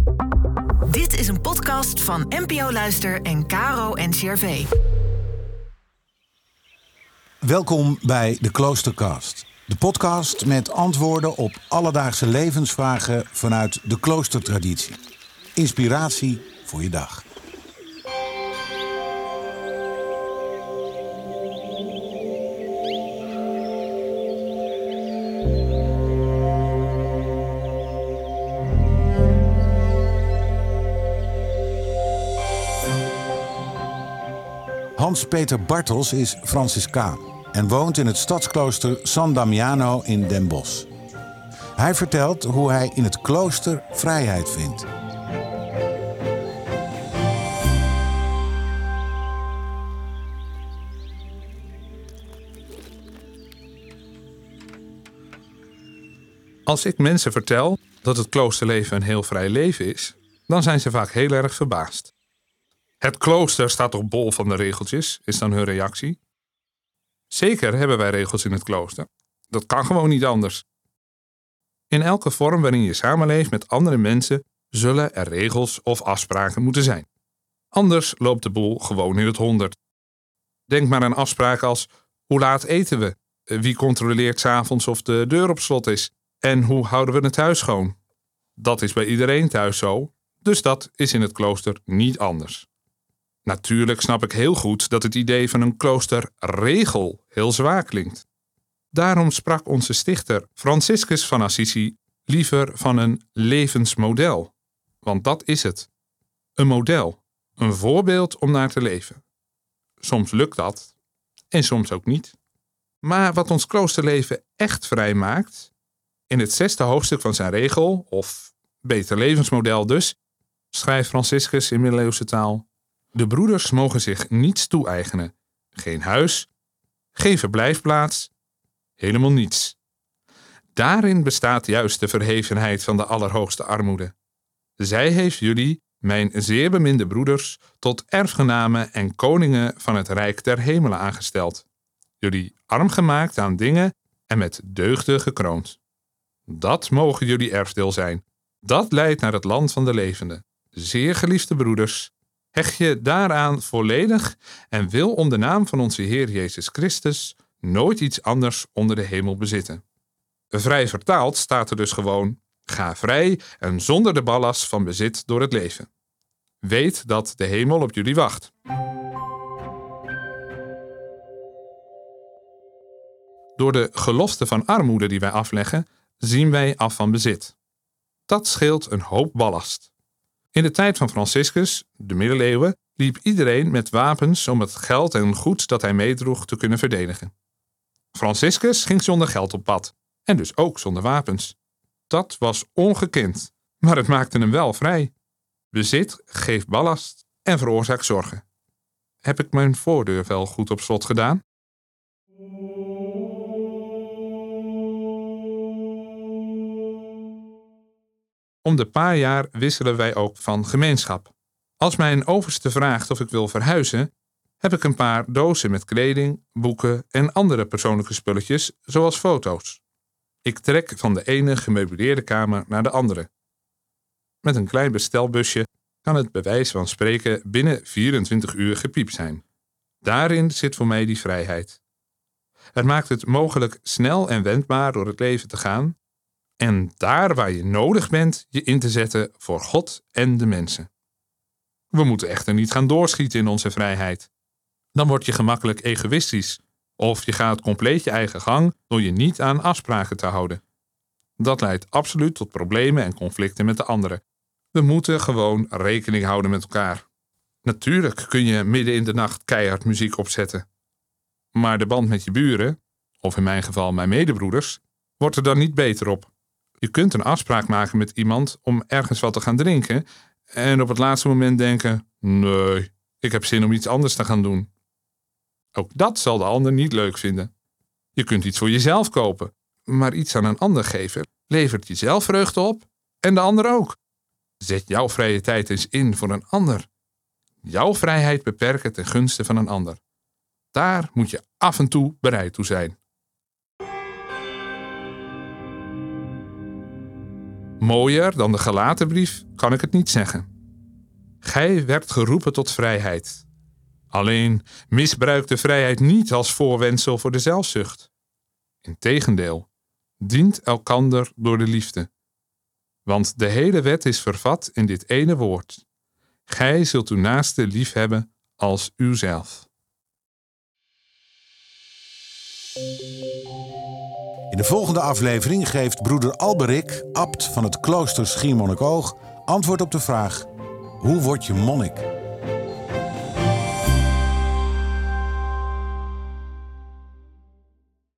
Dit is een podcast van NPO Luister en KRO NCRV. Welkom bij de Kloostercast. De podcast met antwoorden op alledaagse levensvragen vanuit de kloostertraditie. Inspiratie voor je dag. Hans-Peter Bartels is Franciscaan en woont in het stadsklooster San Damiano in Den Bosch. Hij vertelt hoe hij in het klooster vrijheid vindt. Als ik mensen vertel dat het kloosterleven een heel vrij leven is, dan zijn ze vaak heel erg verbaasd. Het klooster staat toch bol van de regeltjes, is dan hun reactie. Zeker hebben wij regels in het klooster. Dat kan gewoon niet anders. In elke vorm waarin je samenleeft met andere mensen zullen er regels of afspraken moeten zijn. Anders loopt de boel gewoon in het honderd. Denk maar aan afspraken als: hoe laat eten we? Wie controleert 's avonds of de deur op slot is? En hoe houden we het huis schoon? Dat is bij iedereen thuis zo, dus dat is in het klooster niet anders. Natuurlijk snap ik heel goed dat het idee van een kloosterregel heel zwaar klinkt. Daarom sprak onze stichter Franciscus van Assisi liever van een levensmodel. Want dat is het. Een model, een voorbeeld om naar te leven. Soms lukt dat en soms ook niet. Maar wat ons kloosterleven echt vrij maakt, in het 6e hoofdstuk van zijn regel, of beter levensmodel dus, schrijft Franciscus in middeleeuwse taal: de broeders mogen zich niets toe-eigenen. Geen huis, geen verblijfplaats, helemaal niets. Daarin bestaat juist de verhevenheid van de allerhoogste armoede. Zij heeft jullie, mijn zeer beminde broeders, tot erfgenamen en koningen van het Rijk der Hemelen aangesteld. Jullie arm gemaakt aan dingen en met deugden gekroond. Dat mogen jullie erfdeel zijn. Dat leidt naar het land van de levenden. Zeer geliefde broeders, hecht je daaraan volledig en wil om de naam van onze Heer Jezus Christus nooit iets anders onder de hemel bezitten. Vrij vertaald staat er dus gewoon: ga vrij en zonder de ballast van bezit door het leven. Weet dat de hemel op jullie wacht. Door de gelofte van armoede die wij afleggen, zien wij af van bezit. Dat scheelt een hoop ballast. In de tijd van Franciscus, de middeleeuwen, liep iedereen met wapens om het geld en goed dat hij meedroeg te kunnen verdedigen. Franciscus ging zonder geld op pad, en dus ook zonder wapens. Dat was ongekend, maar het maakte hem wel vrij. Bezit geeft ballast en veroorzaakt zorgen. Heb ik mijn voordeur wel goed op slot gedaan? Om de paar jaar wisselen wij ook van gemeenschap. Als mijn overste vraagt of ik wil verhuizen, heb ik een paar dozen met kleding, boeken en andere persoonlijke spulletjes, zoals foto's. Ik trek van de ene gemeubileerde kamer naar de andere. Met een klein bestelbusje kan het bij wijze van spreken binnen 24 uur gepiept zijn. Daarin zit voor mij die vrijheid. Het maakt het mogelijk snel en wendbaar door het leven te gaan en daar waar je nodig bent je in te zetten voor God en de mensen. We moeten echter niet gaan doorschieten in onze vrijheid. Dan word je gemakkelijk egoïstisch of je gaat compleet je eigen gang door je niet aan afspraken te houden. Dat leidt absoluut tot problemen en conflicten met de anderen. We moeten gewoon rekening houden met elkaar. Natuurlijk kun je midden in de nacht keihard muziek opzetten. Maar de band met je buren, of in mijn geval mijn medebroeders, wordt er dan niet beter op. Je kunt een afspraak maken met iemand om ergens wat te gaan drinken en op het laatste moment denken: nee, ik heb zin om iets anders te gaan doen. Ook dat zal de ander niet leuk vinden. Je kunt iets voor jezelf kopen, maar iets aan een ander geven levert jezelf vreugde op en de ander ook. Zet jouw vrije tijd eens in voor een ander. Jouw vrijheid beperken ten gunste van een ander. Daar moet je af en toe bereid toe zijn. Mooier dan de Galatenbrief kan ik het niet zeggen. Gij werd geroepen tot vrijheid. Alleen misbruik de vrijheid niet als voorwendsel voor de zelfzucht. Integendeel, dient elkander door de liefde. Want de hele wet is vervat in dit ene woord. Gij zult uw naaste liefhebben als uzelf. In de volgende aflevering geeft broeder Alberik, abt van het klooster Schiermonnikoog, antwoord op de vraag: hoe word je monnik?